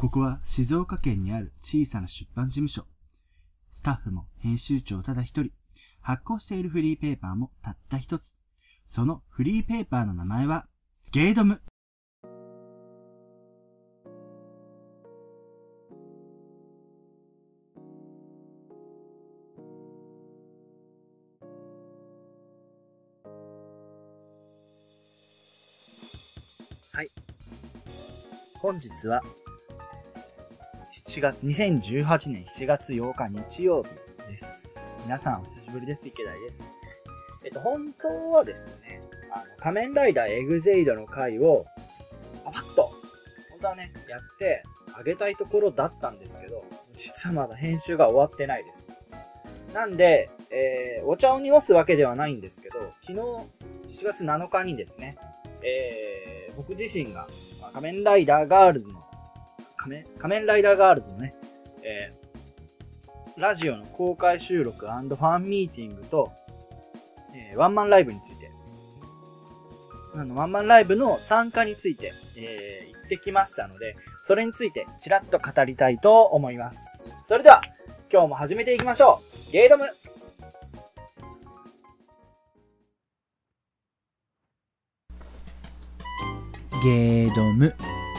ここは静岡県にある小さな出版事務所。スタッフも編集長ただ一人。発行しているフリーペーパーもたった一つ。そのフリーペーパーの名前は、ゲイドム。 はい。本日は2018年7月8日日曜日です。皆さんお久しぶりです。池田です。本当はですね、仮面ライダーエグゼイドの回をパパッと本当はねやってあげたいところだったんですけど、実はまだ編集が終わってないです。なんで、お茶を濁すわけではないんですけど、昨日7月7日にですね、僕自身が仮面ライダーガールズのね、ラジオの公開収録&ファンミーティングと、ワンマンライブについて、ワンマンライブの参加について、行ってきましたので、それについてちらっと語りたいと思います。それでは今日も始めていきましょう。ゲイドム。 ゲイドム。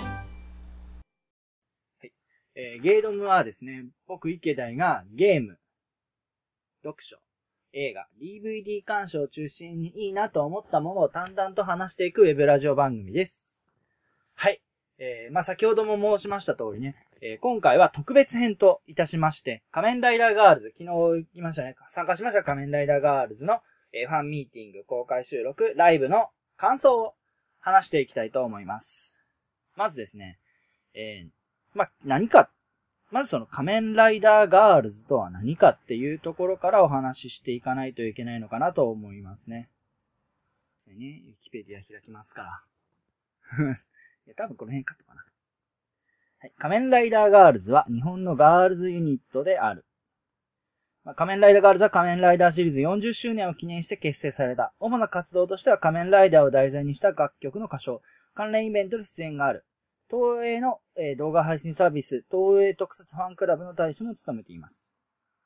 ゲイドムはですね、僕池田がゲーム、読書、映画、DVD 鑑賞を中心にいいなと思ったものを淡々と話していくウェブラジオ番組です。はい。先ほども申しました通りね、今回は特別編といたしまして、仮面ライダーガールズ、昨日行きましたね、参加しました仮面ライダーガールズの、ファンミーティング、公開収録、ライブの感想を話していきたいと思います。まずですね、まずその仮面ライダーガールズとは何かっていうところからお話ししていかないといけないのかなと思いますね。それね、ウィキペディア開きますから。いや、多分この辺カットかな。はい。仮面ライダーガールズは日本のガールズユニットである。仮面ライダーガールズは仮面ライダーシリーズ40周年を記念して結成された。主な活動としては仮面ライダーを題材にした楽曲の歌唱、関連イベントの出演がある。東映の、動画配信サービス、東映特撮ファンクラブの大使も務めています。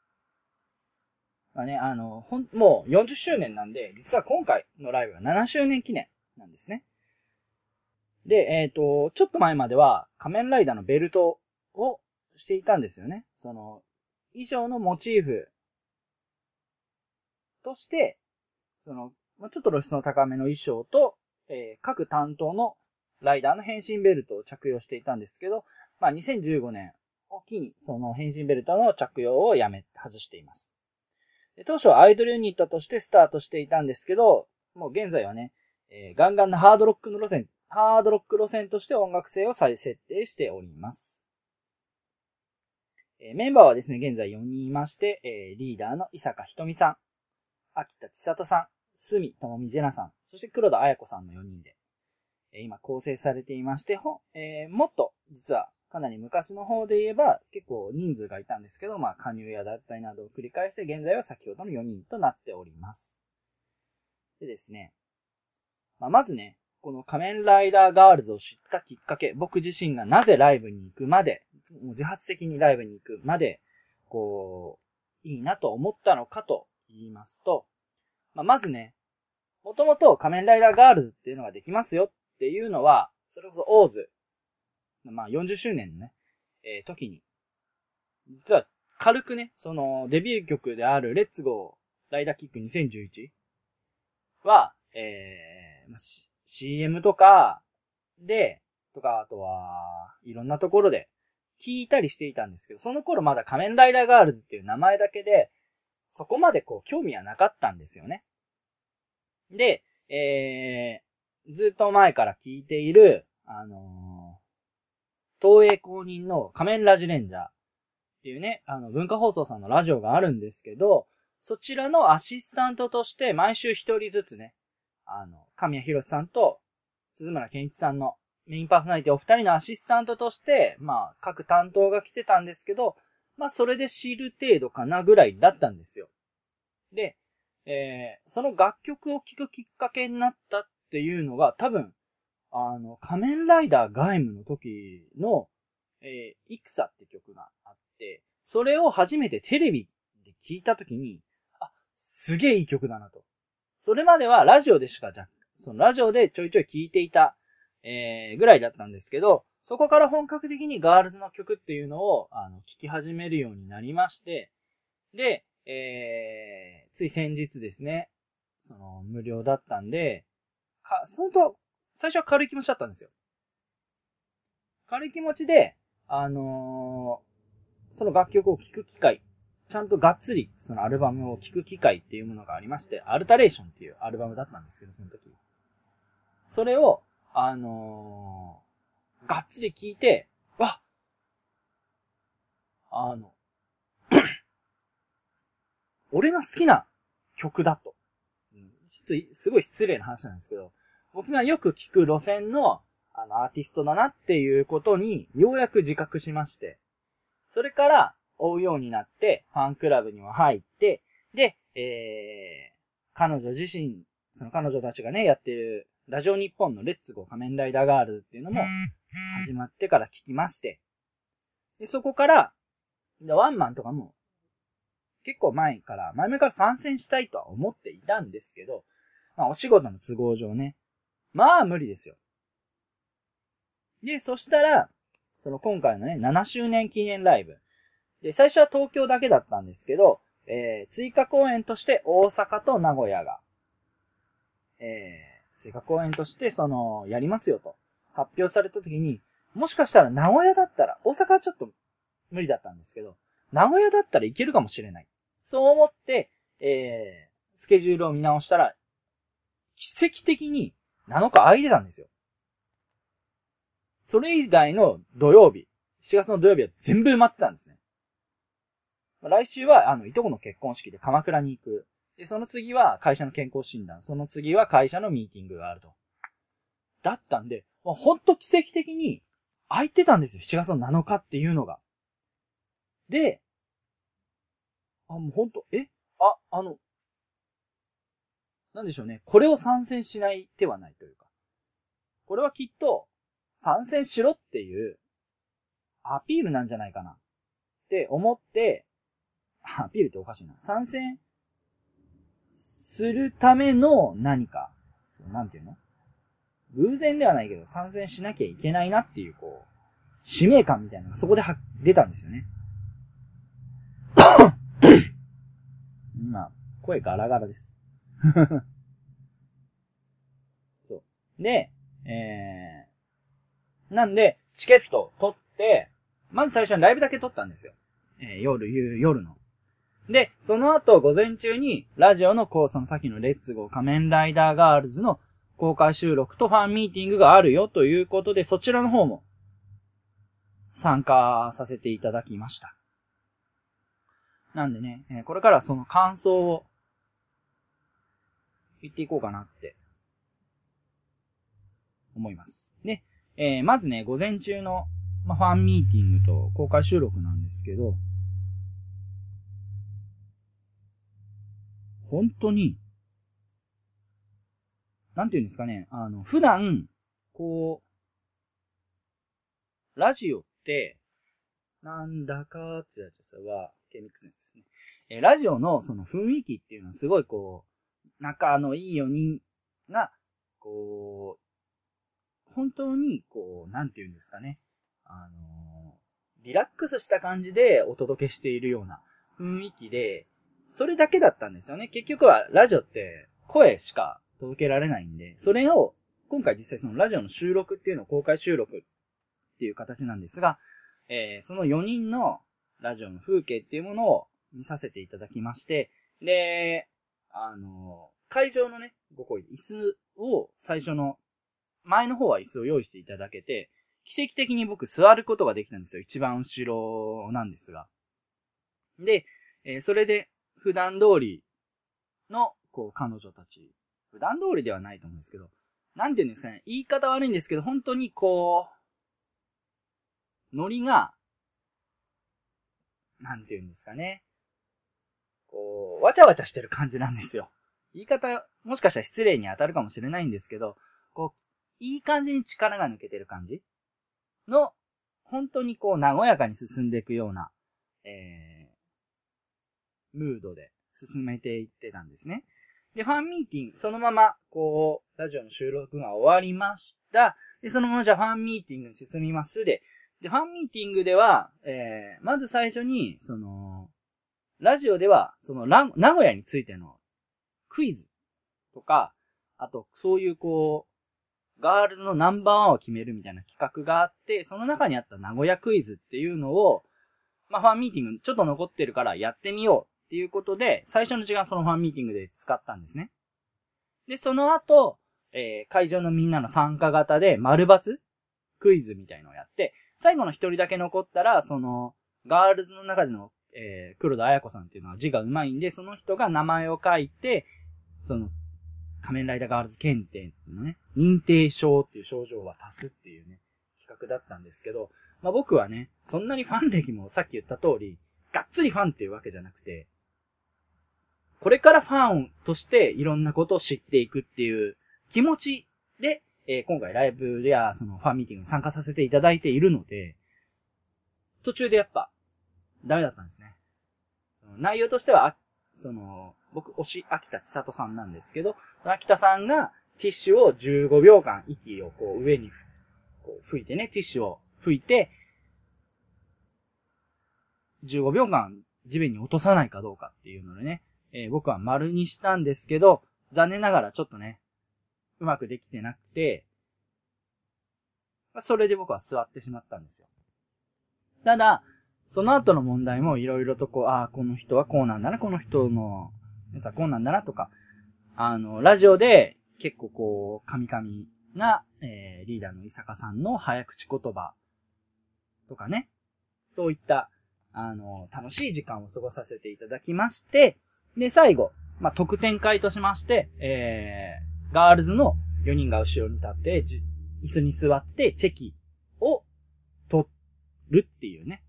もう40周年なんで、実は今回のライブは7周年記念なんですね。で、ちょっと前までは仮面ライダーのベルトをしていたんですよね。その、衣装のモチーフとして、ちょっと露出の高めの衣装と、各担当のライダーの変身ベルトを着用していたんですけど、2015年を機にその変身ベルトの着用を外しています。で、当初はアイドルユニットとしてスタートしていたんですけど、もう現在はね、ガンガンなハードロック路線として音楽性を再設定しております。メンバーはですね、現在4人いまして、リーダーの伊坂ひとみさん、秋田千里さん、住友美ジェナさん、そして黒田彩子さんの4人で、今構成されていまして、もっと実はかなり昔の方で言えば結構人数がいたんですけど、加入や脱退などを繰り返して現在は先ほどの4人となっております。でですね、まずね、この仮面ライダーガールズを知ったきっかけ、僕自身がなぜライブに行くまで、もう自発的にライブに行くまで、いいなと思ったのかと言いますと、まずね、もともと仮面ライダーガールズっていうのができますよっていうのは、それこそオーズ、40周年のね、時に、実は軽くね、そのデビュー曲であるレッツゴーライダーキック2011は、CM とか、あとは、いろんなところで聞いたりしていたんですけど、その頃まだ仮面ライダーガールズっていう名前だけで、そこまで興味はなかったんですよね。で、ずっと前から聞いている、東映公認の仮面ラジレンジャーっていうね、文化放送さんのラジオがあるんですけど、そちらのアシスタントとして毎週一人ずつね、神谷博さんと鈴村健一さんのメインパーソナリティお二人のアシスタントとして、各担当が来てたんですけど、それで知る程度かなぐらいだったんですよ。で、その楽曲を聴くきっかけになったっていうのが多分、仮面ライダーガイムの時の、 イクサって曲があって、それを初めてテレビで聞いたときに、すげえいい曲だなと。それまではラジオでしかそのラジオでちょいちょい聞いていた、ぐらいだったんですけど、そこから本格的にガールズの曲っていうのを、聞き始めるようになりまして、で、つい先日ですね、無料だったんで、最初は軽い気持ちだったんですよ。軽い気持ちで、その楽曲を聴く機会、ちゃんとがっつりそのアルバムを聴く機会っていうものがありまして、アルタレーションっていうアルバムだったんですけど、その時。それを、がっつり聴いて、俺が好きな曲だと。ちょっとすごい失礼な話なんですけど、僕がよく聴く路線のアーティストだなっていうことにようやく自覚しまして、それから追うようになってファンクラブにも入って、で、彼女自身、その彼女たちがね、やってるラジオ日本のレッツゴー仮面ライダーガールズっていうのも始まってから聞きまして、で、そこから、ワンマンとかも結構前から参戦したいとは思っていたんですけど、お仕事の都合上ね、無理ですよ。で、そしたら、今回のね、7周年記念ライブ。で、最初は東京だけだったんですけど、追加公演として大阪と名古屋が、追加公演としてやりますよと発表された時に、もしかしたら名古屋だったら、大阪はちょっと無理だったんですけど、名古屋だったらいけるかもしれない。そう思って、スケジュールを見直したら、奇跡的に7日空いてたんですよ。それ以外の土曜日、7月の土曜日は全部埋まってたんですね。来週はいとこの結婚式で鎌倉に行く。で、その次は会社の健康診断。その次は会社のミーティングがあると。だったんで、ほんと奇跡的に空いてたんですよ。7月の7日っていうのが。で、もうほんと、なんでしょうね。これを参戦しない手はないというか。これはきっと、参戦しろっていうアピールなんじゃないかなって思って、アピールっておかしいな。参戦するための何か、なんていうの？偶然ではないけど参戦しなきゃいけないなっていう使命感みたいなのがそこで出たんですよね。今、声ガラガラです。そう。で、なんで、チケット取って、まず最初にライブだけ取ったんですよ。夜の。で、その後午前中にラジオのその先のレッツゴー仮面ライダーガールズの公開収録とファンミーティングがあるよということで、そちらの方も参加させていただきました。なんでね、これからその感想を言っていこうかなって思います。で、まずね、午前中の、ファンミーティングと公開収録なんですけど、本当に、なんて言うんですかね、普段、ラジオって、なんだかってやつは、ケミックスですね。ラジオのその雰囲気っていうのはすごい仲のいい4人が、本当になんて言うんですかね。リラックスした感じでお届けしているような雰囲気で、それだけだったんですよね。結局はラジオって声しか届けられないんで、それを今回実際そのラジオの収録っていうのを公開収録っていう形なんですが、その4人のラジオの風景っていうものを見させていただきまして、で、会場のね、ご好意、椅子を最初の、前の方は椅子を用意していただけて、奇跡的に僕座ることができたんですよ。一番後ろなんですが。で、それで普段通りの、彼女たち、普段通りではないと思うんですけど、なんて言うんですかね、言い方悪いんですけど、本当にノリが、なんて言うんですかね、わちゃわちゃしてる感じなんですよ。言い方、もしかしたら失礼に当たるかもしれないんですけど、いい感じに力が抜けてる感じの本当にこう、和やかに進んでいくような、ムードで進めていってたんですね。で、ファンミーティング、そのまま、こう、ラジオの収録が終わりました。で、そのままじゃあファンミーティングに進みますで、ファンミーティングでは、まず最初に、ラジオでは、名古屋についてのクイズとか、あと、そういうこう、ガールズのナンバーワンを決めるみたいな企画があって、その中にあった名古屋クイズっていうのを、ファンミーティングちょっと残ってるからやってみようっていうことで、最初の時間そのファンミーティングで使ったんですね。で、その後、会場のみんなの参加型で丸×クイズみたいのをやって、最後の一人だけ残ったら、ガールズの中での、黒田彩子さんっていうのは字が上手いんで、その人が名前を書いて、仮面ライダーガールズ検定っていうのね、認定証っていう症状は足すっていうね、企画だったんですけど、僕はね、そんなにファン歴もさっき言った通り、がっつりファンっていうわけじゃなくて、これからファンとしていろんなことを知っていくっていう気持ちで、今回ライブやファンミーティングに参加させていただいているので、途中でやっぱ、ダメだったんですね。内容としては、僕、推し、秋田千里さんなんですけど、秋田さんがティッシュを15秒間息をこう上にこう吹いてね、ティッシュを吹いて、15秒間地面に落とさないかどうかっていうのでね、僕は丸にしたんですけど、残念ながらちょっとね、うまくできてなくて、それで僕は座ってしまったんですよ。ただ、その後の問題もいろいろとこう、この人はこうなんだな、この人のやつはこうなんだなとか、ラジオで結構こう、カミカミな、リーダーの伊坂さんの早口言葉とかね、そういった、楽しい時間を過ごさせていただきまして、で、最後、特典会としまして、ガールズの4人が後ろに立って、椅子に座ってチェキを取るっていうね。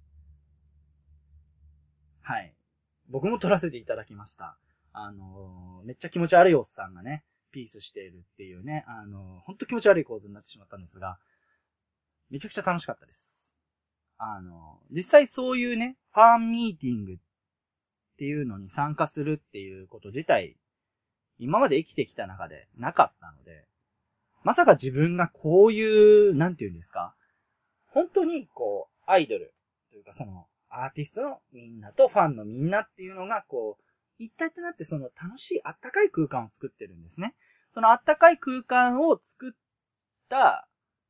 はい。僕も取らせていただきました。めっちゃ気持ち悪いおっさんがね、ピースしているっていうね、ほんと気持ち悪い構図になってしまったんですが、めちゃくちゃ楽しかったです。実際そういうね、ファンミーティングっていうのに参加するっていうこと自体、今まで生きてきた中でなかったので、まさか自分がこういう、なんていうんですか、本当にこう、アイドルというかアーティストのみんなとファンのみんなっていうのがこう、一体となって楽しいあったかい空間を作ってるんですね。そのあったかい空間を作った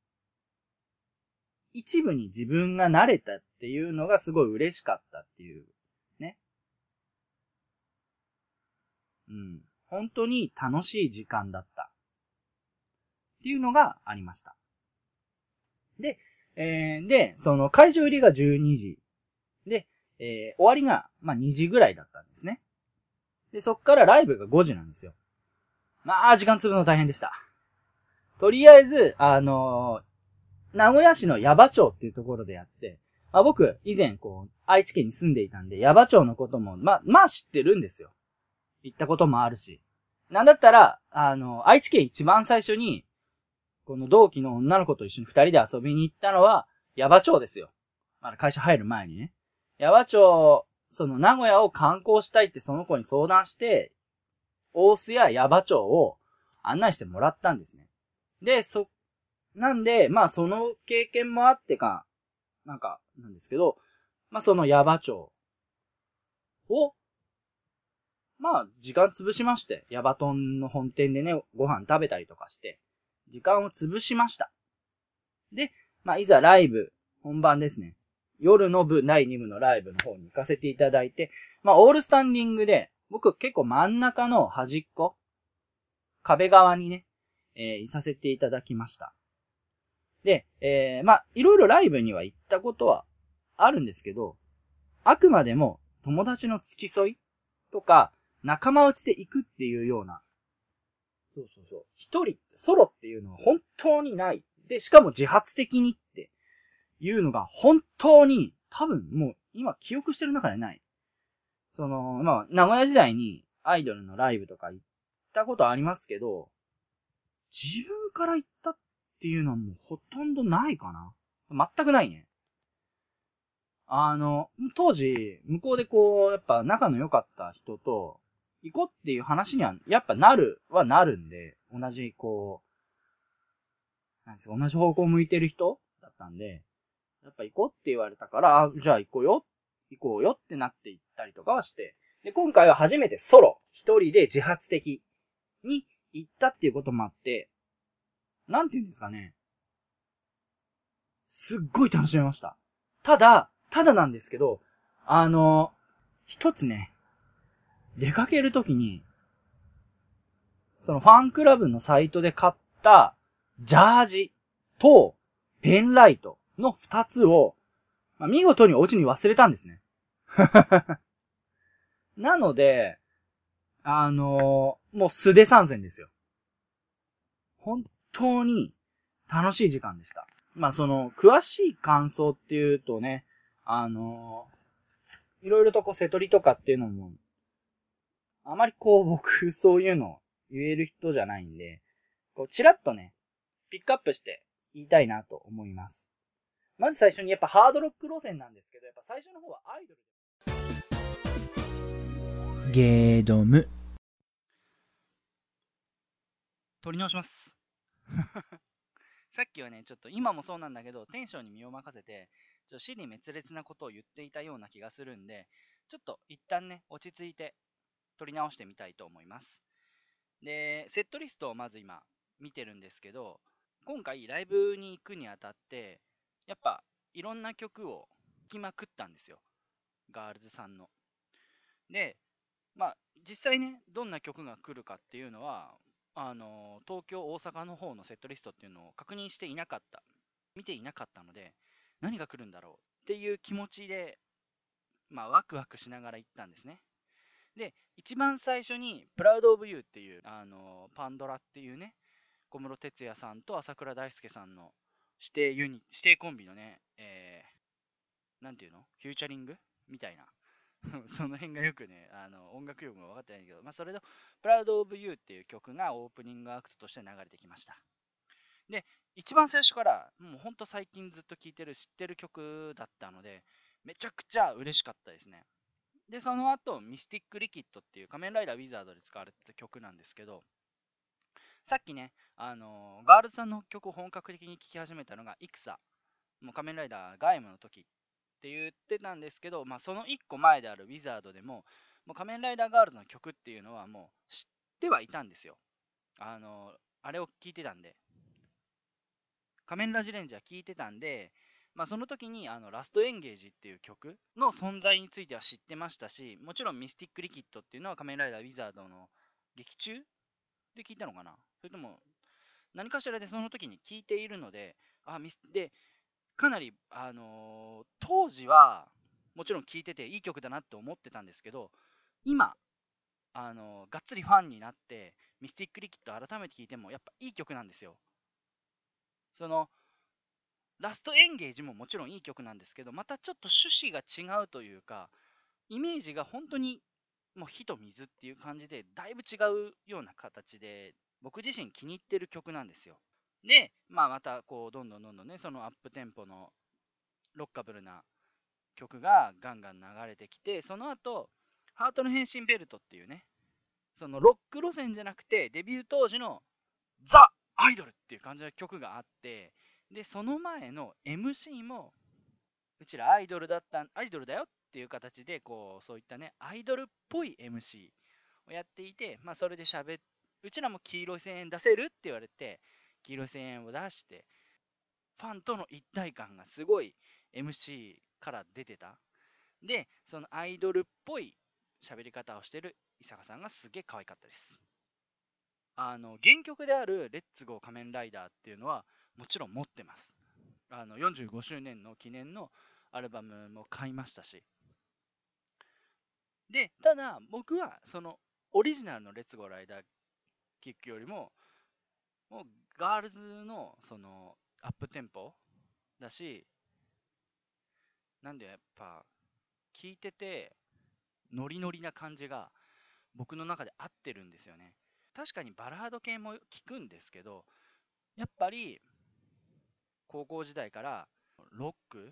一部に自分が慣れたっていうのがすごい嬉しかったっていうね。本当に楽しい時間だったっていうのがありました。で、その会場入りが12時で、終わりが2時ぐらいだったんですね。で、そっからライブが5時なんですよ。時間潰るの大変でした。とりあえず、名古屋市の矢場町っていうところでやって、僕、以前愛知県に住んでいたんで、矢場町のことも、知ってるんですよ。行ったこともあるし。なんだったら、愛知県一番最初に、この同期の女の子と一緒に二人で遊びに行ったのは、矢場町ですよ。まだ会社入る前にね。矢場町、名古屋を観光したいってその子に相談して、大須や矢場町を案内してもらったんですね。で、なんで、その経験もあってか、なんですけど、その矢場町を、時間潰しまして、矢場トンの本店でね、ご飯食べたりとかして、時間を潰しました。で、いざライブ、本番ですね。夜の部、第2部のライブの方に行かせていただいて、オールスタンディングで、僕結構真ん中の端っこ、壁側にね、いさせていただきました。で、いろいろライブには行ったことはあるんですけど、あくまでも友達の付き添いとか、仲間内で行くっていうような、一人、ソロっていうのは本当にない。で、しかも自発的にっていうのが本当に多分もう今記憶してる中でない。名古屋時代にアイドルのライブとか行ったことありますけど、自分から行ったっていうのはもうほとんどないかな。全くないね。 当時、向こうでこう、やっぱ仲の良かった人と、行こうっていう話には、やっぱなるんで、同じこう、なんですか、同じ方向を向いてる人だったんで、やっぱ行こうって言われたから、じゃあ行こうよってなって行ったりとかはして、で、今回は初めてソロ、一人で自発的に行ったっていうこともあって、なんて言うんですかね。すっごい楽しめました。ただなんですけど、一つね、出かけるときに、そのファンクラブのサイトで買ったジャージとペンライトの二つを、見事にお家に忘れたんですね。なので、もう素手参戦ですよ。本当に楽しい時間でした。詳しい感想っていうとね、いろいろとこう、瀬取りとかっていうのも、あまりこう、僕、そういうの言える人じゃないんで、こう、チラッとね、ピックアップして言いたいなと思います。まず最初にやっぱハードロック路線なんですけど、やっぱ最初の方はアイドルで。 ゲードム。 取り直します。さっきはね、ちょっと今もそうなんだけど、テンションに身を任せて、支離滅裂なことを言っていたような気がするんで、ちょっと一旦ね、落ち着いて取り直してみたいと思います。で、セットリストをまず今見てるんですけど、今回ライブに行くにあたって、やっぱいろんな曲を聴きまくったんですよ。ガールズさんの。で、実際ね、どんな曲が来るかっていうのは、東京、大阪の方のセットリストっていうのを確認していなかった。見ていなかったので、何が来るんだろうっていう気持ちで、ワクワクしながら行ったんですね。で、一番最初に、プラウドオブユーっていう、パンドラっていうね、小室哲哉さんと朝倉大輔さんの指定コンビのね、なんていうのフューチャリングみたいな。その辺がよくね、音楽用語が分かってないんだけど、それの、プラウドオブユーっていう曲がオープニングアクトとして流れてきました。で、一番最初から、もうほんと最近ずっと聴いてる、知ってる曲だったので、めちゃくちゃ嬉しかったですね。で、その後、ミスティック・リキッドっていう仮面ライダー・ウィザードで使われてた曲なんですけど、さっきね、ガールズさんの曲を本格的に聴き始めたのが、イクサ、もう仮面ライダーガイムの時って言ってたんですけど、その1個前であるウィザードでも、もう仮面ライダーガールズの曲っていうのはもう知ってはいたんですよ。あれを聴いてたんで。仮面ラジレンジャー聴いてたんで、その時にラストエンゲージっていう曲の存在については知ってましたし、もちろんミスティックリキッドっていうのは仮面ライダーウィザードの劇中で聞いたのかな、それとも何かしらでその時に聞いているので、で、かなり、当時はもちろん聴いてていい曲だなって思ってたんですけど、今、がっつりファンになってミスティックリキッド改めて聴いてもやっぱいい曲なんですよ。そのラストエンゲージももちろんいい曲なんですけど、またちょっと趣旨が違うというか、イメージが本当にもう火と水っていう感じで、だいぶ違うような形で、僕自身気に入ってる曲なんですよ。で、またこう、どんどんね、そのアップテンポのロッカブルな曲がガンガン流れてきて、その後、ハートの変身ベルトっていうね、そのロック路線じゃなくて、デビュー当時のザ・アイドルっていう感じの曲があって、で、その前の MC も、うちらアイドルだよっていう形で、こう、そういったね、アイドルっぽい MC をやっていて、それでうちらも黄色い声援出せるって言われて、黄色い声援を出して、ファンとの一体感がすごい MC から出てた。で、そのアイドルっぽい喋り方をしてる伊坂さんがすげえ可愛かったです。原曲であるレッツゴー仮面ライダーっていうのはもちろん持ってます。45周年の記念のアルバムも買いましたし。で、ただ僕はそのオリジナルのレッツゴーライダーキックよりも、もうガールズのそのアップテンポだし、なんでやっぱ聞いててノリノリな感じが僕の中で合ってるんですよね。確かにバラード系も聞くんですけど、やっぱり高校時代からロック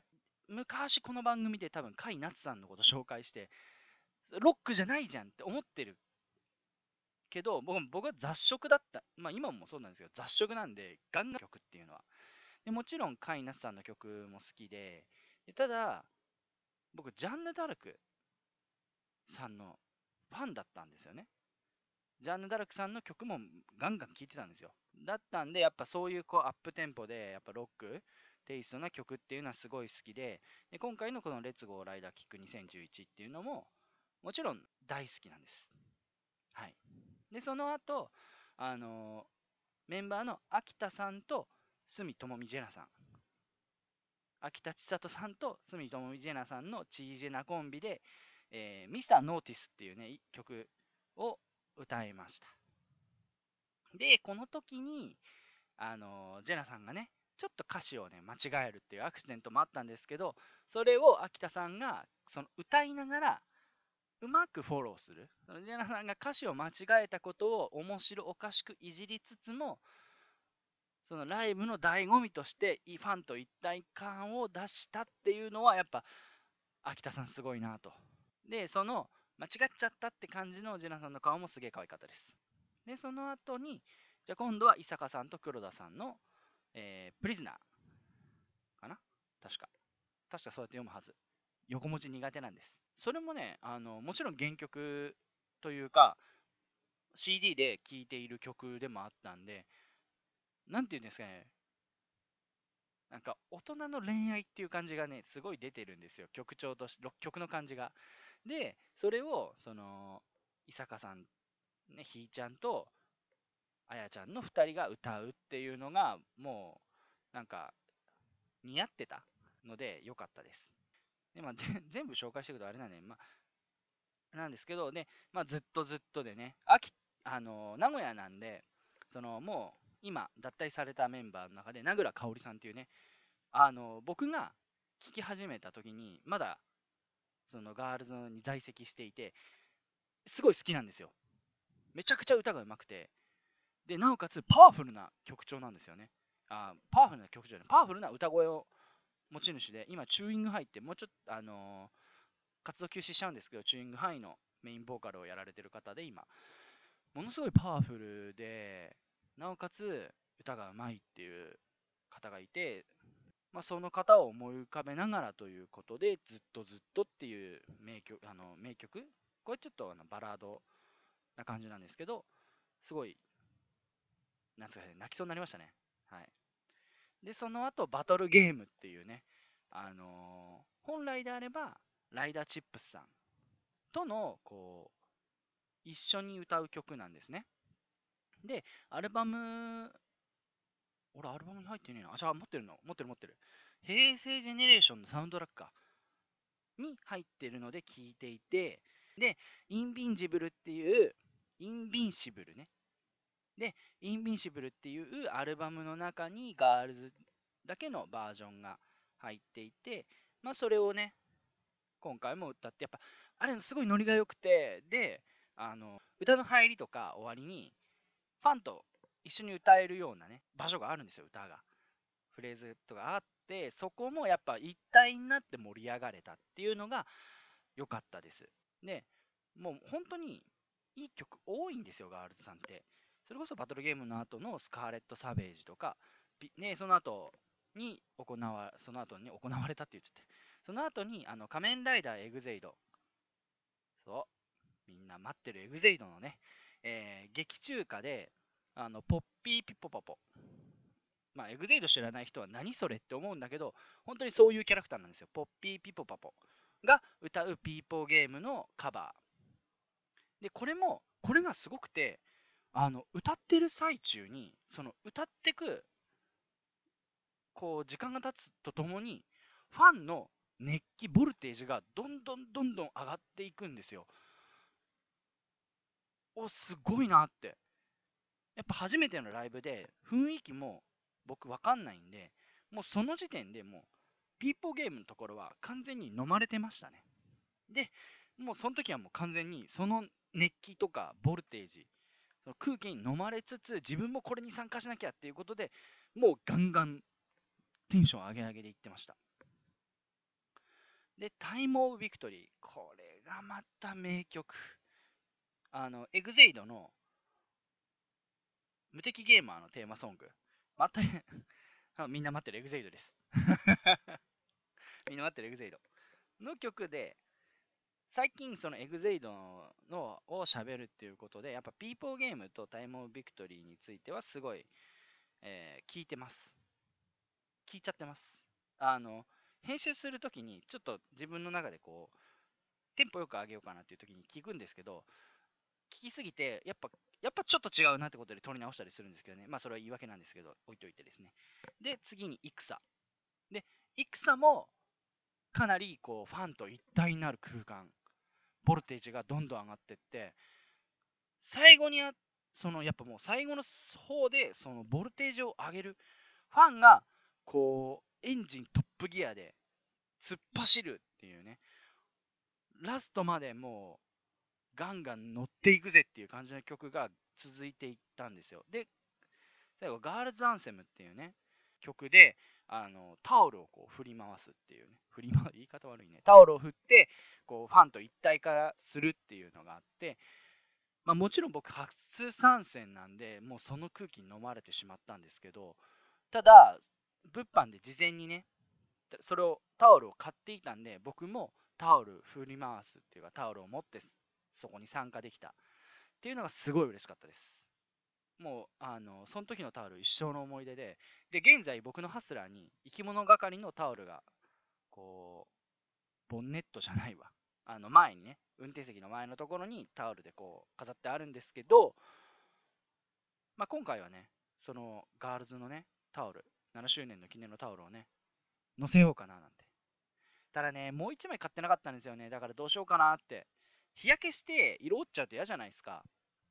昔この番組で多分甲斐夏さんのこと紹介して、ロックじゃないじゃんって思ってるけど、僕は雑食だった。まあ今もそうなんですけど、雑食なんで、ガンガン曲っていうのは。でもちろん甲斐夏さんの曲も好きで、ただ、僕、ジャンヌ・ダルクさんのファンだったんですよね。ジャンヌ・ダルクさんの曲もガンガン聴いてたんですよ。だったんで、やっぱそういうアップテンポで、やっぱロック、テイストな曲っていうのはすごい好きで、今回のこのレッツゴーライダーキック2011っていうのも、もちろん大好きなんです。はい。で、その後、メンバーの秋田さんと角智美ジェナさん。秋田千里さんと角智美ジェナさんのチージェナコンビで、ミスターノーティスっていうね、曲を歌いました。で、この時に、ジェナさんがね、ちょっと歌詞をね、間違えるっていうアクシデントもあったんですけど、それを秋田さんが、その歌いながら、うまくフォローする。ジェナさんが歌詞を間違えたことを面白おかしくいじりつつも、そのライブの醍醐味としてファンと一体感を出したっていうのはやっぱ秋田さんすごいなと。で、その間違っちゃったって感じのジェナさんの顔もすげえ可愛かったです。で、その後に、じゃあ今度は伊坂さんと黒田さんの、プリズナーかな確かそうやって読むはず。横文字苦手なんです。それもね、もちろん原曲というか、CD で聴いている曲でもあったんで、なんていうんですかね、なんか大人の恋愛っていう感じがね、すごい出てるんですよ。曲調として、曲の感じが。で、それを、伊坂さん、ね、ひーちゃんとあやちゃんの2人が歌うっていうのが、もう、なんか、似合ってたので、良かったです。で、まあ、全部紹介していくとあれなんで、まあ、なんですけど、で、まあ、ずっとずっとでね、名古屋なんで、もう、今、脱退されたメンバーの中で、名倉かおりさんっていうね、僕が聞き始めた時に、まだ、そのガールズに在籍していて、すごい好きなんですよ。めちゃくちゃ歌が上手くて、で、なおかつパワフルな曲調なんですよね。パワフルな曲調じゃない、パワフルな歌声を持ち主で、今、チューイングハイって、もうちょっと、活動休止しちゃうんですけど、チューイングハイのメインボーカルをやられてる方で、今、ものすごいパワフルで、なおかつ歌が上手いっていう方がいて、まあ、その方を思い浮かべながらということで、ずっとずっとっていう名曲、これちょっとバラードな感じなんですけど、すごい、なんですかね、泣きそうになりましたね。はい。で、その後、バトルゲームっていうね、本来であれば、ライダーチップスさんとの、一緒に歌う曲なんですね。で、アルバム、俺、アルバムに入ってねえな。じゃあ、持ってる。平成ジェネレーションのサウンドラックか。に入ってるので聞いていて、で、インビンジブルっていう、インビンシブルね。で、インビンシブルっていうアルバムの中にガールズだけのバージョンが入っていて、まあそれをね、今回も歌って、やっぱ、あれすごいノリが良くて、で、歌の入りとか終わりに、ファンと一緒に歌えるようなね、場所があるんですよ、歌が。フレーズとかあって、そこもやっぱ一体になって盛り上がれたっていうのが良かったです。で、もう本当にいい曲多いんですよ、ガールズさんって。それこそバトルゲームの後のスカーレット・サベージとか、ね、その後に行われたって言っちゃって、その後に仮面ライダーエグゼイド、そう、みんな待ってるエグゼイドのね、劇中歌で、ポッピーピポパポ、まあ、エグゼイド知らない人は何それって思うんだけど、本当にそういうキャラクターなんですよ。ポッピーピポパポが歌うピーポーゲームのカバー。で、これがすごくて、歌ってる最中に、その歌ってく、時間が経つとともに、ファンの熱気、ボルテージがどんどんどんどん上がっていくんですよ。すごいなって。やっぱ初めてのライブで、雰囲気も僕わかんないんで、もうその時点でもう、ピーポーゲームのところは完全に飲まれてましたね。で、もうその時はもう完全にその熱気とかボルテージ、その空気に飲まれつつ、自分もこれに参加しなきゃっていうことで、もうガンガンテンション上げ上げでいってました。 で、タイムオブビクトリー。これがまた名曲。エグゼイドの無敵ゲーマーのテーマソング。またみんな待ってるエグゼイドです。みんな待ってるエグゼイドの曲で、最近そのエグゼイドのを喋るっていうことで、やっぱピーポーゲームとタイムオブビクトリーについてはすごい、聞いてます。聞いちゃってます。編集するときにちょっと自分の中でこう、テンポよく上げようかなっていうときに聞くんですけど、聞きすぎて、やっぱちょっと違うなってことで撮り直したりするんですけどね。まあそれは言い訳なんですけど、置いといてですね。で、次に戦。で、戦もかなりこうファンと一体になる空間。ボルテージがどんどん上がってって、最後にやっぱもう最後の方でそのボルテージを上げる。ファンがこうエンジントップギアで突っ走るっていうね。ラストまでもうガンガン乗っていくぜっていう感じの曲が続いていったんですよ。で、最後ガールズアンセムっていうね、曲で、タオルをこう振り回すっていうね、言い方悪いね。タオルを振って、こう、ファンと一体化するっていうのがあって、まあもちろん僕初参戦なんで、もうその空気に飲まれてしまったんですけど、ただ、物販で事前にね、タオルを買っていたんで、僕もタオル振り回すっていうか、タオルを持ってそこに参加できたっていうのがすごい嬉しかったです。もう、その時のタオル一生の思い出で、で、現在僕のハスラーに生き物係のタオルが、こう、ボンネットじゃないわ。前にね、運転席の前のところにタオルでこう、飾ってあるんですけど、まあ、今回はね、そのガールズのね、タオル、7周年の記念のタオルをね、載せようかななんて。ただね、もう1枚買ってなかったんですよね。だからどうしようかなって。日焼けして色落ちちゃうと嫌じゃないですか。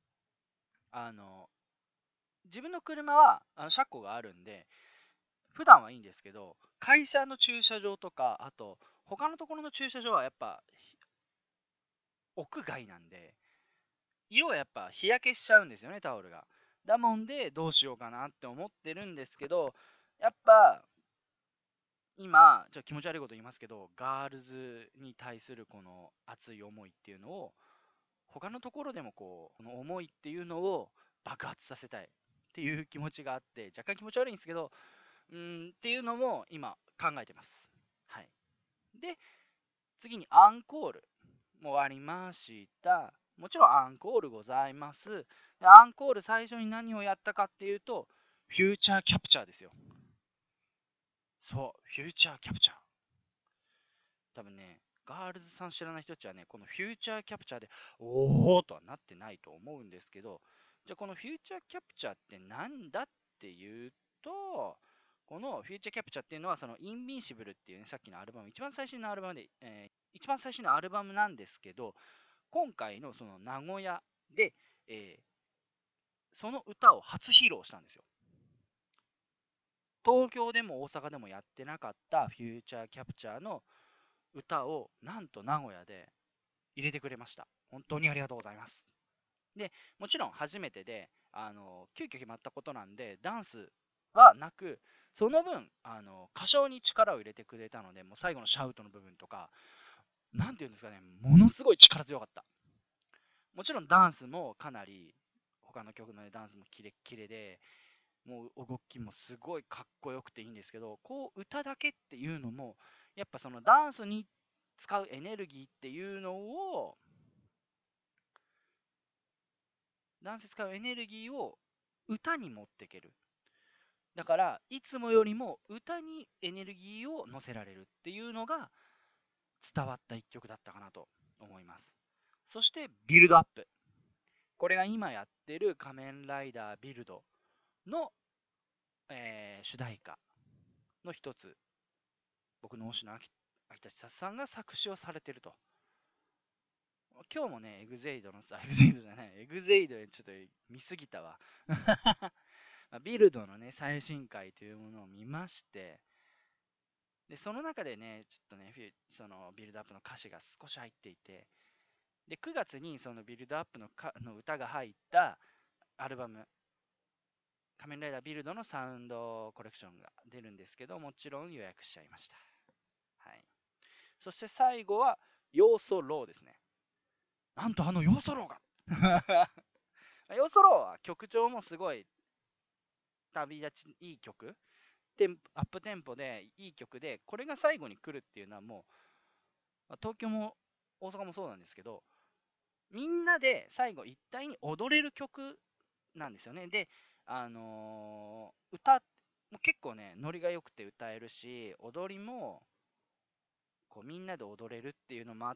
自分の車は車庫があるんで、普段はいいんですけど、会社の駐車場とか、あと、他のところの駐車場はやっぱ、屋外なんで、色はやっぱ日焼けしちゃうんですよね、タオルが。だもんで、どうしようかなって思ってるんですけど、やっぱ、今、ちょっと気持ち悪いこと言いますけど、ガールズに対するこの熱い思いっていうのを、他のところでもこう、この思いっていうのを爆発させたいっていう気持ちがあって、若干気持ち悪いんですけど、っていうのも今考えてます。はい。で、次にアンコールもありました。もちろんアンコールございます。でアンコール最初に何をやったかっていうと、フューチャーキャプチャーですよ。そう、フューチャーキャプチャー。多分ね、ガールズさん知らない人たちはね、このフューチャーキャプチャーで、おーとはなってないと思うんですけど、じゃあこのフューチャーキャプチャーってなんだっていうと、このフューチャーキャプチャーっていうのは、そのインビンシブルっていうね、さっきのアルバム、一番最新のアルバムで、一番最新のアルバムなんですけど、今回のその名古屋で、その歌を初披露したんですよ。東京でも大阪でもやってなかったフューチャーキャプチャーの歌をなんと名古屋で入れてくれました。本当にありがとうございます。で、もちろん初めてで、急遽決まったことなんで、ダンスはなく、その分、歌唱に力を入れてくれたので、もう最後のシャウトの部分とか、なんていうんですかね、ものすごい力強かった。もちろんダンスもかなり、他の曲の、ね、ダンスもキレッキレで、もう動きもすごいかっこよくていいんですけど、こう歌だけっていうのも、やっぱそのダンスに使うエネルギーっていうのを、ダンス使うエネルギーを歌に持っていける。だから、いつもよりも歌にエネルギーを乗せられるっていうのが伝わった一曲だったかなと思います。そして、ビルドアップ。これが今やってる仮面ライダービルドの、主題歌の一つ。僕の推しの秋田千里さんが作詞をされてると。今日もね、エグゼイドのさ、エグゼイドじゃない、エグゼイドちょっと見すぎたわ。ビルドのね、最新回というものを見まして、で、その中でね、ちょっとね、そのビルドアップの歌詞が少し入っていて、で、9月にそのビルドアップの歌が入ったアルバム、仮面ライダービルドのサウンドコレクションが出るんですけど、もちろん予約しちゃいました。はい。 そして最後は要素ローですね。なんと要素ローが要素ローは曲調もすごい旅立ちいい曲、アップテンポでいい曲で、これが最後に来るっていうのはもう東京も大阪もそうなんですけど、みんなで最後一体に踊れる曲なんですよね。で、歌も結構ねノリが良くて歌えるし、踊りもこうみんなで踊れるっていうのもあって、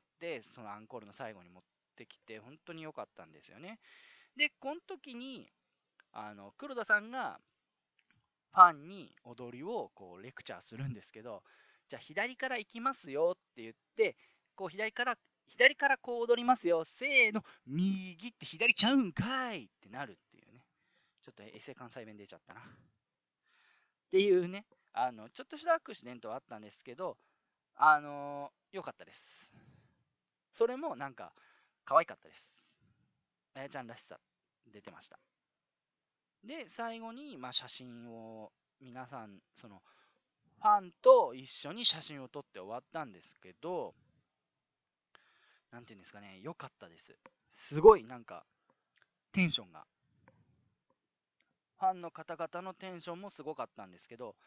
そのアンコールの最後に持ってきて本当に良かったんですよね。でこの時に黒田さんがファンに踊りをこうレクチャーするんですけど、じゃあ左から行きますよって言って、こう左からこう踊りますよ、せーの、右って左ちゃうんかいってなるっていうね。ちょっと衛生関西弁出ちゃったな。っていうね、ちょっとしたアクシデントはあったんですけど、良かったです。それもなんか、可愛かったです。あやちゃんらしさ出てました。で、最後に、写真を、皆さん、ファンと一緒に写真を撮って終わったんですけど、なんていうんですかね、良かったです。すごい、なんか、テンションが。ファンの方々のテンションもすごかったんですけど、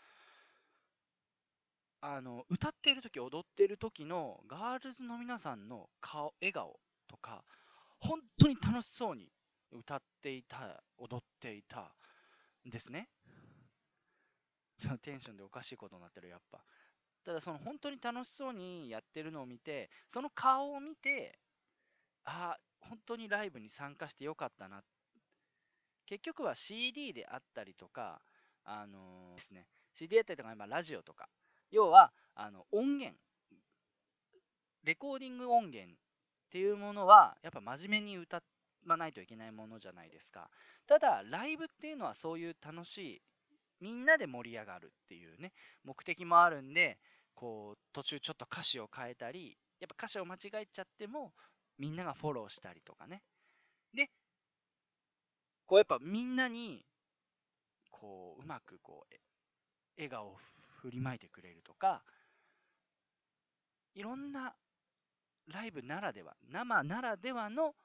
歌っている時、踊っている時のガールズの皆さんの笑顔とか、本当に楽しそうに歌っていた、踊っていたんですね。そのテンションでおかしいことになってる、やっぱ。ただ、本当に楽しそうにやってるのを見て、その顔を見て、本当にライブに参加してよかったな。結局は CD であったりとか、ですね、CD だったりとか、ラジオとか、要は、音源、レコーディング音源っていうものは、やっぱ真面目に歌わないといけないものじゃないですか。ただ、ライブっていうのはそういう楽しい、みんなで盛り上がるっていうね、目的もあるんで、こう、途中ちょっと歌詞を変えたり、やっぱ歌詞を間違えちゃっても、みんながフォローしたりとかね。で、こうやっぱみんなに、こう、うまくこう、笑顔を振りまいてくれるとか、いろんなライブならでは、生ならではの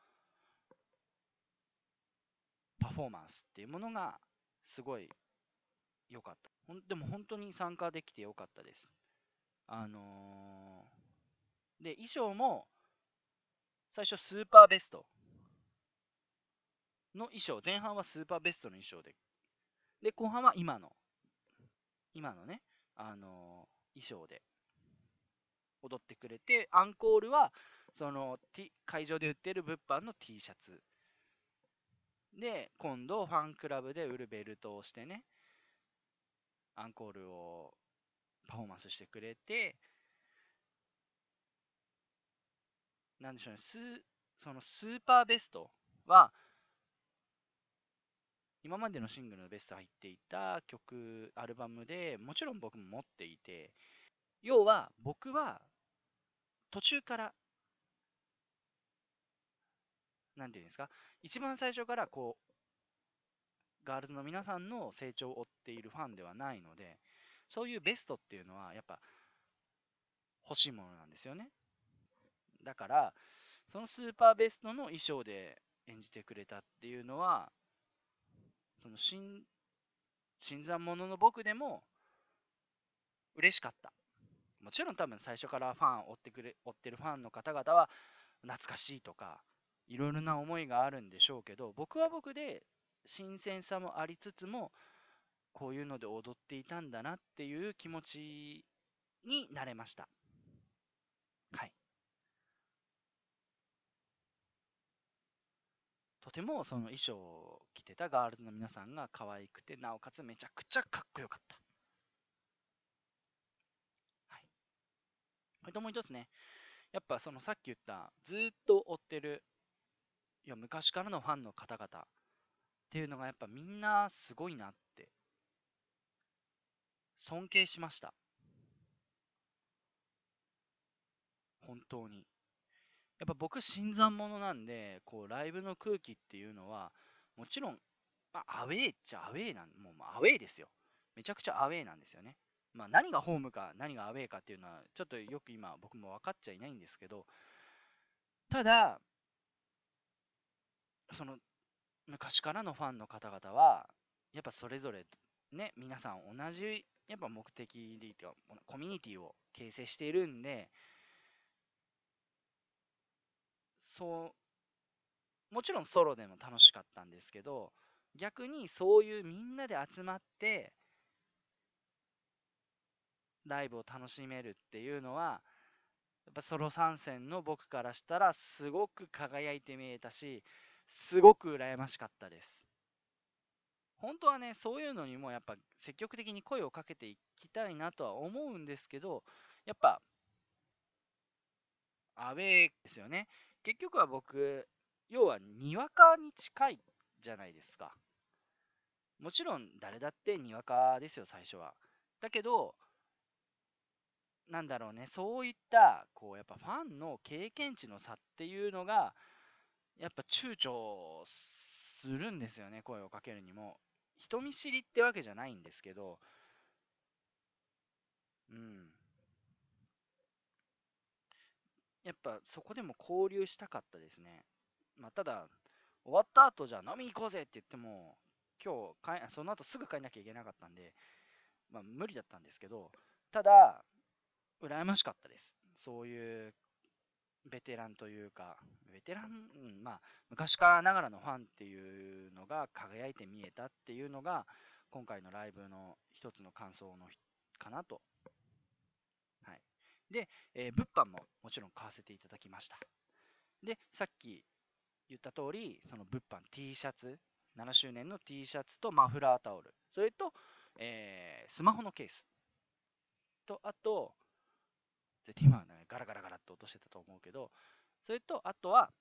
パフォーマンスっていうものがすごい良かった。でも本当に参加できて良かったです。で、衣装も最初スーパーベストの衣装、前半はスーパーベストの衣装で、後半は今のね、衣装で踊ってくれて、アンコールは、会場で売ってる物販の T シャツ。で、今度、ファンクラブで売るベルトをしてね、アンコールをパフォーマンスしてくれて、なんでしょうね、そのスーパーベストは、今までのシングルのベスト入っていた曲、アルバムでもちろん僕も持っていて、要は僕は途中から、なんていうんですか、一番最初からこう、ガールズの皆さんの成長を追っているファンではないので、そういうベストっていうのはやっぱ欲しいものなんですよね。だから、そのスーパーベストの衣装で演じてくれたっていうのは、その新参者の僕でも嬉しかった。もちろん多分最初から追ってるファンの方々は懐かしいとか、いろいろな思いがあるんでしょうけど、僕は僕で新鮮さもありつつも、こういうので踊っていたんだなっていう気持ちになれました。はい。とてもその衣装を着てたガールズの皆さんが可愛くて、なおかつめちゃくちゃかっこよかった。はい。それともう一つね、やっぱそのさっき言ったずっと追ってる、いや昔からのファンの方々っていうのがやっぱみんなすごいなって尊敬しました。本当に。やっぱ僕新参者なんで、こうライブの空気っていうのは、もちろん、アウェーっちゃアウェーもうアウェーですよ。めちゃくちゃアウェーなんですよね。 何がホームか何がアウェーかっていうのはちょっとよく今僕も分かっちゃいないんですけど、ただその昔からのファンの方々はやっぱそれぞれね、皆さん同じやっぱ目的でコミュニティを形成しているんで、もちろんソロでも楽しかったんですけど、逆にそういうみんなで集まってライブを楽しめるっていうのは、やっぱソロ参戦の僕からしたらすごく輝いて見えたし、すごく羨ましかったです。本当はね、そういうのにもやっぱ積極的に声をかけていきたいなとは思うんですけど、やっぱアウェーですよね。結局は僕、要はにわかに近いじゃないですか。もちろん誰だってにわかですよ、最初は。だけど、なんだろうね、そういったこうやっぱファンの経験値の差っていうのがやっぱ躊躇するんですよね、声をかけるにも。人見知りってわけじゃないんですけど、うん、やっぱそこでも交流したかったですね。ただ終わった後じゃあ飲みに行こうぜって言っても、今日その後すぐ帰んなきゃいけなかったんで、無理だったんですけど、ただ羨ましかったです。そういうベテランというか、ベテラン、昔からながらのファンっていうのが輝いて見えたっていうのが、今回のライブの一つの感想のかなと。はい。で、物販ももちろん買わせていただきました。で、さっき言った通り、その物販 T シャツ、7周年の T シャツとマフラータオル、それと、スマホのケースと、あと、今はね、ガラガラガラって落としてたと思うけど、それと、あとは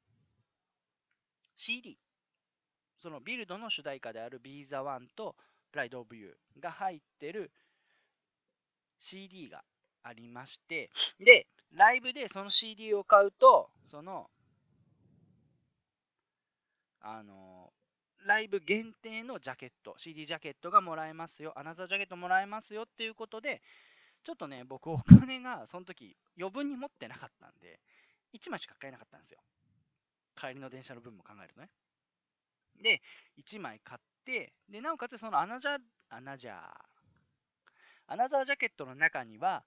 CD、そのビルドの主題歌である Be the One と Pride of You が入ってる CD がありまして、で、ライブでその CD を買うと、ライブ限定のジャケット、CD ジャケットがもらえますよ、アナザージャケットもらえますよっていうことで、ちょっとね、僕お金がその時余分に持ってなかったんで、1枚しか買えなかったんですよ。帰りの電車の分も考えるとね。で、1枚買って、で、なおかつそのアナザージャケットの中には、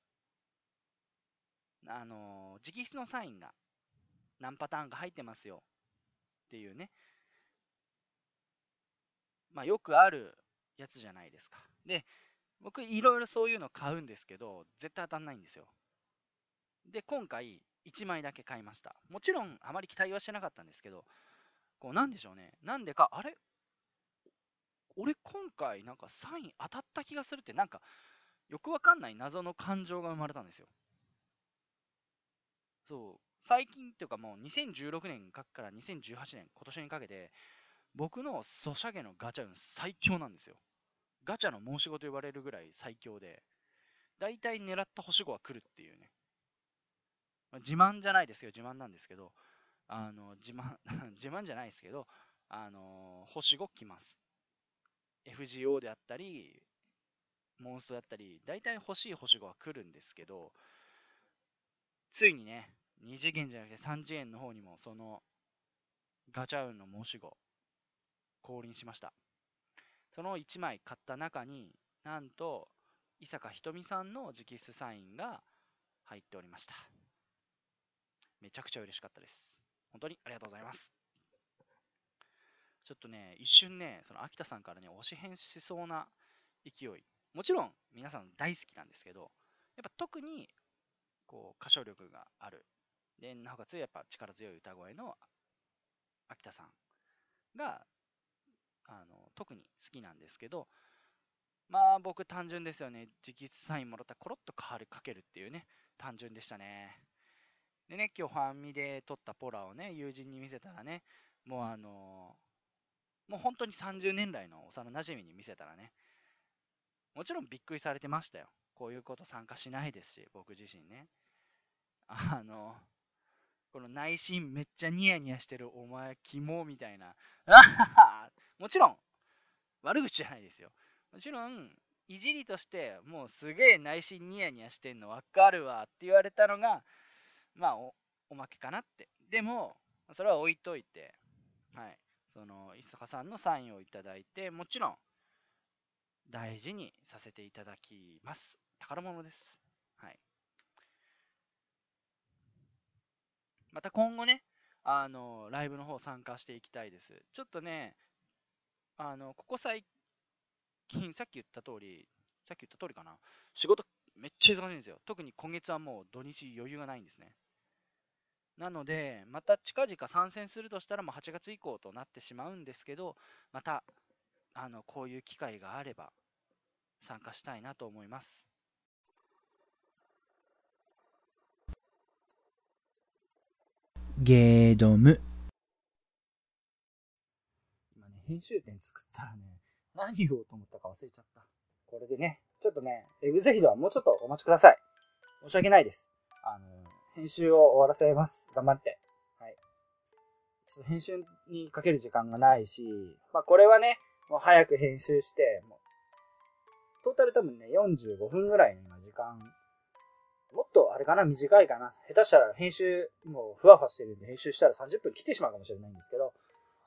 直筆のサインが何パターンか入ってますよっていうね、よくあるやつじゃないですか。で、僕いろいろそういうの買うんですけど、絶対当たんないんですよ。で、今回1枚だけ買いました。もちろんあまり期待はしてなかったんですけど、なんでしょうね。なんでか、あれ俺今回なんかサイン当たった気がするって、なんかよくわかんない謎の感情が生まれたんですよ。そう、最近っていうかもう2016年から2018年、今年にかけて、僕のソシャゲのガチャ運最強なんですよ。ガチャの申し子と呼ばれるぐらい最強で、だいたい狙った星5は来るっていうね。自慢じゃないですけど、自慢なんですけど、自慢自慢じゃないですけど、星5来ます。FGO であったり、モンストだったり、だいたい欲しい星5は来るんですけど、ついにね、2次元じゃなくて3次元の方にもそのガチャ運の申し子降臨しました。その1枚買った中になんと伊坂ひとみさんの直筆サインが入っておりました。めちゃくちゃ嬉しかったです。本当にありがとうございます。ちょっとね、一瞬ね、その秋田さんからね、推し変しそうな勢い、もちろん皆さん大好きなんですけど、やっぱ特にこう歌唱力がある、でなおかつやっぱ力強い歌声の秋田さんが特に好きなんですけど、僕単純ですよね。直筆サインもらったらコロッと変わりかけるっていうね、単純でしたね。でね、今日ファンミで撮ったポラをね、友人に見せたらね、もうもう本当に30年来の幼馴染に見せたらね、もちろんびっくりされてましたよ。こういうこと参加しないですし、僕自身ね。この内心めっちゃニヤニヤしてるお前、キモみたいな。もちろん、悪口じゃないですよ。もちろん、 いじりとしてもうすげえ内心ニヤニヤしてんの分かるわって言われたのが、まあ おまけかなって。でもそれは置いといて、はい、その伊坂さんのサインをいただいて、もちろん大事にさせていただきます。宝物です。はい。また今後ね、ライブの方参加していきたいです。ちょっとね、ここ最近、さっき言った通りかな。仕事めっちゃ忙しいんですよ。特に今月はもう土日余裕がないんですね。なので、また近々参戦するとしたらもう8月以降となってしまうんですけど、また、こういう機会があれば参加したいなと思います。 ゲードム。今ね、編集点作ったらね、何言おうと思ったか忘れちゃった。これでね、ちょっとね、エグゼイドはもうちょっとお待ちください。申し訳ないです。編集を終わらせます。頑張って。はい。ちょっと編集にかける時間がないし、まあこれはね、もう早く編集して、もうトータル多分ね、45分ぐらいの今時間、もっとあれかな、短いかな。下手したら編集、もうふわふわしてるんで編集したら30分来てしまうかもしれないんですけど、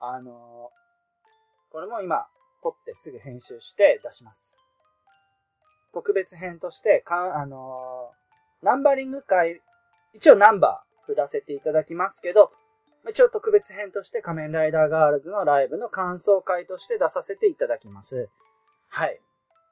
これも今、撮ってすぐ編集して出します。特別編として、ナンバリング回、一応ナンバー振らせていただきますけど、一応特別編として仮面ライダーガールズのライブの感想会として出させていただきます。はい。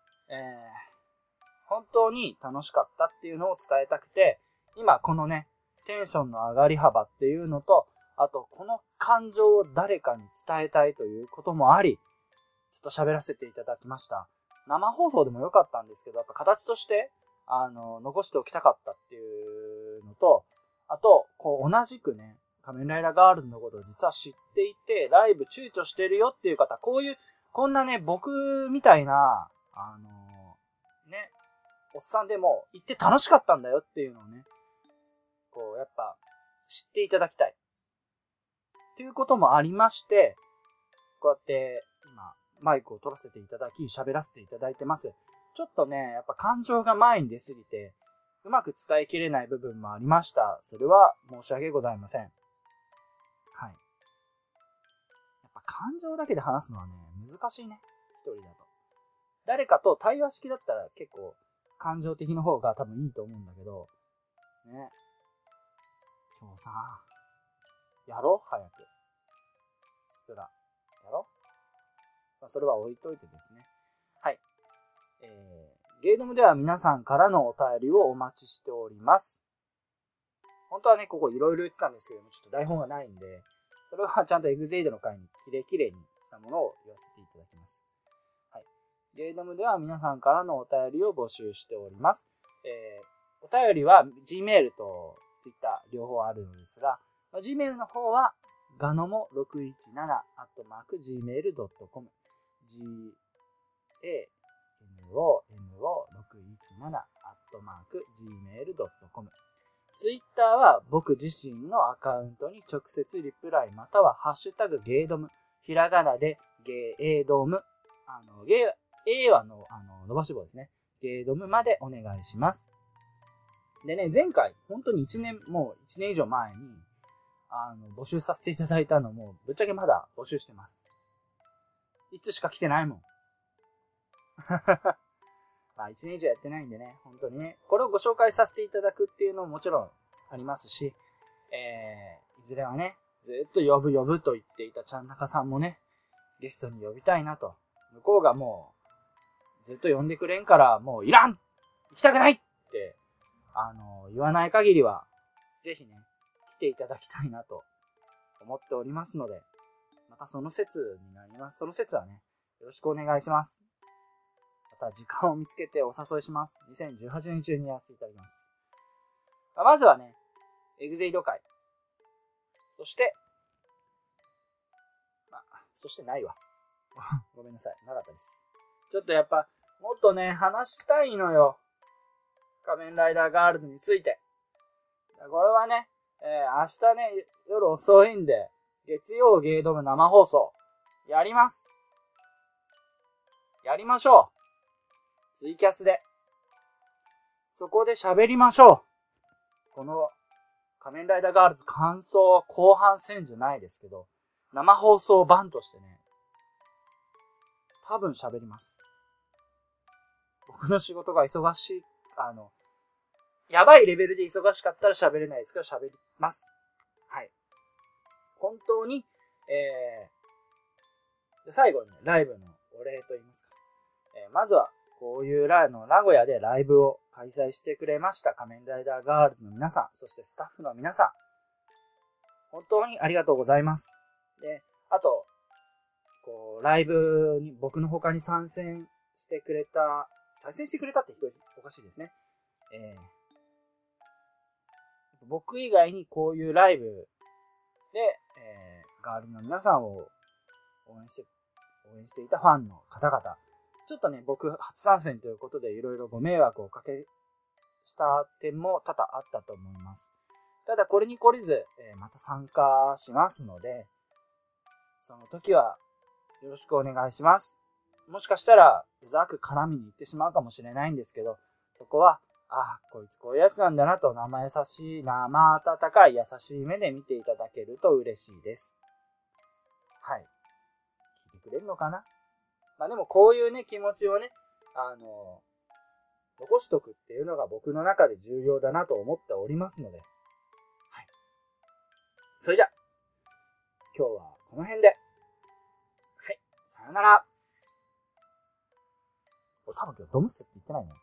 本当に楽しかったっていうのを伝えたくて、今このね、テンションの上がり幅っていうのと、あとこの感情を誰かに伝えたいということもあり、ちょっと喋らせていただきました。生放送でもよかったんですけど、やっぱ形として、残しておきたかったっていうのと、あと、こう同じくね、仮面ライダーガールズのことを実は知っていて、ライブ躊躇してるよっていう方、こんなね、僕みたいな、ね、おっさんでも行って楽しかったんだよっていうのをね、こう、やっぱ、知っていただきたい。っていうこともありまして、こうやって、今、マイクを取らせていただき、喋らせていただいてます。ちょっとね、やっぱ感情が前に出すぎて、うまく伝えきれない部分もありました。それは申し訳ございません。はい。やっぱ感情だけで話すのはね、難しいね。一人だと。誰かと対話式だったら結構感情的の方が多分いいと思うんだけど、ね。今日さ、やろう早く。スプラ。やろう、まあ、それは置いといてですね。はい。ゲードムでは皆さんからのお便りをお待ちしております。本当はね、ここいろいろ言ってたんですけども、ちょっと台本がないんで、それはちゃんとエグゼイドの回にきれいにしたものを言わせていただきます。はい。ゲードムでは皆さんからのお便りを募集しております。お便りは Gmail と Twitter 両方あるのですが、Gmail の方はガノモ617@gmail.com GANOMO617@gmail.com ツイッターは僕自身のアカウントに直接リプライまたはハッシュタグゲードム、ひらがなでゲードム、A は伸ばし棒ですね。ゲードムまでお願いします。でね、前回、本当にもう1年以上前に、募集させていただいたのも、ぶっちゃけまだ募集してます。いつしか来てないもん。まあ1年以上やってないんでね、本当にね、これをご紹介させていただくっていうのももちろんありますし、いずれはね、ずっと呼ぶと言っていたちゃんなかさんもね、ゲストに呼びたいなと。向こうがもう、ずっと呼んでくれんから、もういらん行きたくないって、言わない限りは、ぜひね、来ていただきたいなと思っておりますので、またその説になります。その説はね、よろしくお願いします。また時間を見つけてお誘いします。2018年中にやらせていただきます。まずはね、エグゼイド会。そしてないわ。ごめんなさい。なかったです。ちょっとやっぱ、もっとね、話したいのよ。仮面ライダーガールズについて。これはね、明日ね、夜遅いんで、月曜ゲードム生放送、やります。やりましょう。 ツイキャスで、そこで喋りましょう。この仮面ライダーガールズ感想後半戦じゃないですけど、生放送版としてね、多分喋ります。僕の仕事が忙しい、やばいレベルで忙しかったら喋れないですけど、喋ります。はい。本当に、最後に、ね、ライブのお礼と言いますか。まずは、こういう名古屋でライブを開催してくれました仮面ライダーガールズの皆さん、そしてスタッフの皆さん、本当にありがとうございます。で、あと、ライブに僕の他に参戦してくれたっておかしいですね。僕以外にこういうライブで、ガールの皆さんを応援していたファンの方々、ちょっとね、僕初参戦ということでいろいろご迷惑をおかけした点も多々あったと思います。ただこれに懲りず、また参加しますので、その時はよろしくお願いします。もしかしたらうざく絡みに行ってしまうかもしれないんですけど、そこは、こいつこういうやつなんだなと生温かい優しい目で見ていただけると嬉しいです。はい。聞いてくれるのかな？でもこういうね、気持ちをね、残しとくっていうのが僕の中で重要だなと思っておりますので。はい。それじゃ、今日はこの辺で。はい。さよなら。多分今日ドムスって言ってないね。